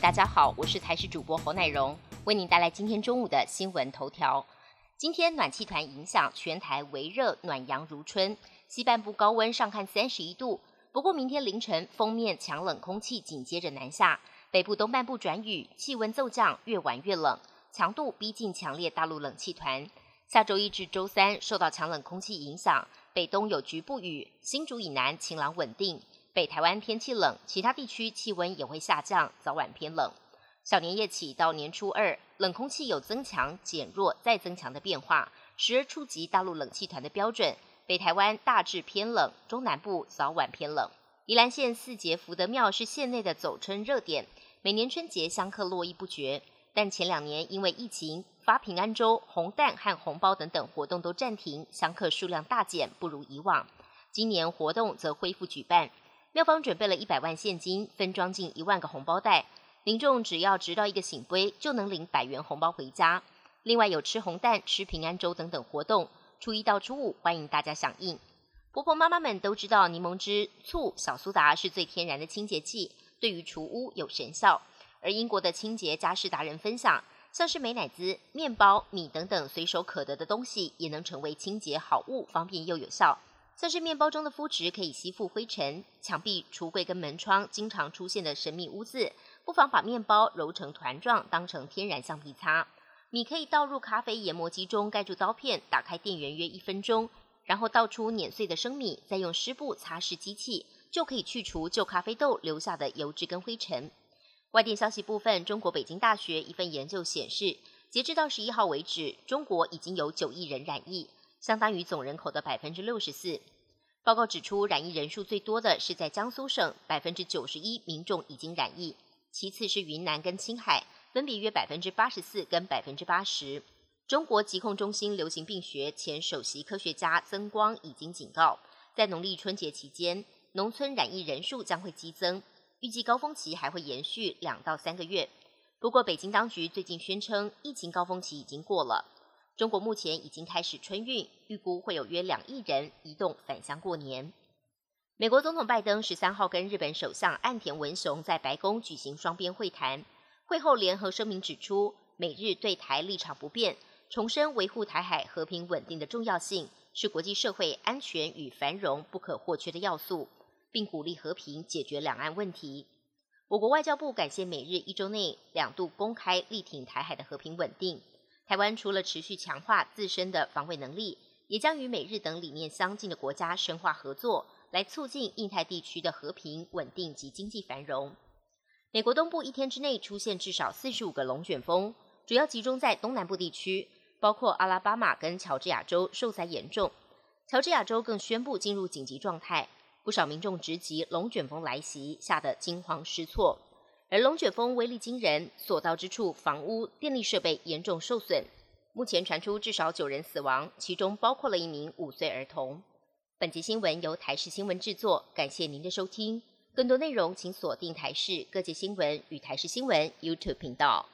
大家好，我是台视主播侯乃荣，为您带来今天中午的新闻头条。今天暖气团影响，全台微热，暖阳如春，西半部高温上看31度。不过明天凌晨锋面强冷空气紧接着南下，北部东半部转雨，气温骤降，越晚越冷，强度逼近强烈大陆冷气团。下周一至周三受到强冷空气影响，北东有局部雨，新竹以南晴朗稳定。北台湾天气冷，其他地区气温也会下降，早晚偏冷。小年夜起到年初二，冷空气有增强、减弱再增强的变化，时而触及大陆冷气团的标准。北台湾大致偏冷，中南部早晚偏冷。宜兰县四节福德庙是县内的走春热点，每年春节香客络绎不绝。但前2年因为疫情，发平安粥、红蛋和红包等等活动都暂停，香客数量大减，不如以往。今年活动则恢复举办。庙方准备了100万现金，分装进1万个红包袋，民众只要执到一个醒杯，就能领100元红包回家。另外有吃红蛋、吃平安粥等等活动，初一到初五欢迎大家响应。婆婆妈妈们都知道柠檬汁、醋、小苏打是最天然的清洁剂，对于除污有神效。而英国的清洁家事达人分享，像是美乃滋、面包、米等等随手可得的东西，也能成为清洁好物，方便又有效。像是面包中的麸质可以吸附灰尘，墙壁、橱柜跟门窗经常出现的神秘污渍，不妨把面包揉成团状，当成天然橡皮擦。米可以倒入咖啡研磨机中，盖住刀片，打开电源约1分钟，然后倒出碾碎的生米，再用湿布擦拭机器，就可以去除旧咖啡豆留下的油脂跟灰尘。外电消息部分，中国北京大学一份研究显示，截至到11号为止，中国已经有9亿人染疫，相当于总人口的64%。报告指出，染疫人数最多的是在江苏省，91%民众已经染疫，其次是云南跟青海，分别约84%跟80%。中国疾控中心流行病学前首席科学家曾光已经警告，在农历春节期间，农村染疫人数将会激增，预计高峰期还会延续2到3个月。不过，北京当局最近宣称，疫情高峰期已经过了。中国目前已经开始春运，预估会有约2亿人移动返乡过年。美国总统拜登13号跟日本首相岸田文雄在白宫举行双边会谈，会后联合声明指出，美日对台立场不变，重申维护台海和平稳定的重要性，是国际社会安全与繁荣不可或缺的要素，并鼓励和平解决两岸问题。我国外交部感谢美日1周内2度公开力挺台海的和平稳定。台湾除了持续强化自身的防卫能力，也将与美日等理念相近的国家深化合作，来促进印太地区的和平稳定及经济繁荣。美国东部1天之内出现至少45个龙卷风，主要集中在东南部地区，包括阿拉巴马跟乔治亚州受灾严重。乔治亚州更宣布进入紧急状态，不少民众直击龙卷风来袭，吓得惊慌失措。而龙卷风威力惊人，所到之处房屋、电力设备严重受损。目前传出至少9人死亡，其中包括了1名5岁儿童。本节新闻由台视新闻制作，感谢您的收听。更多内容请锁定台视各界新闻与台视新闻 YouTube 频道。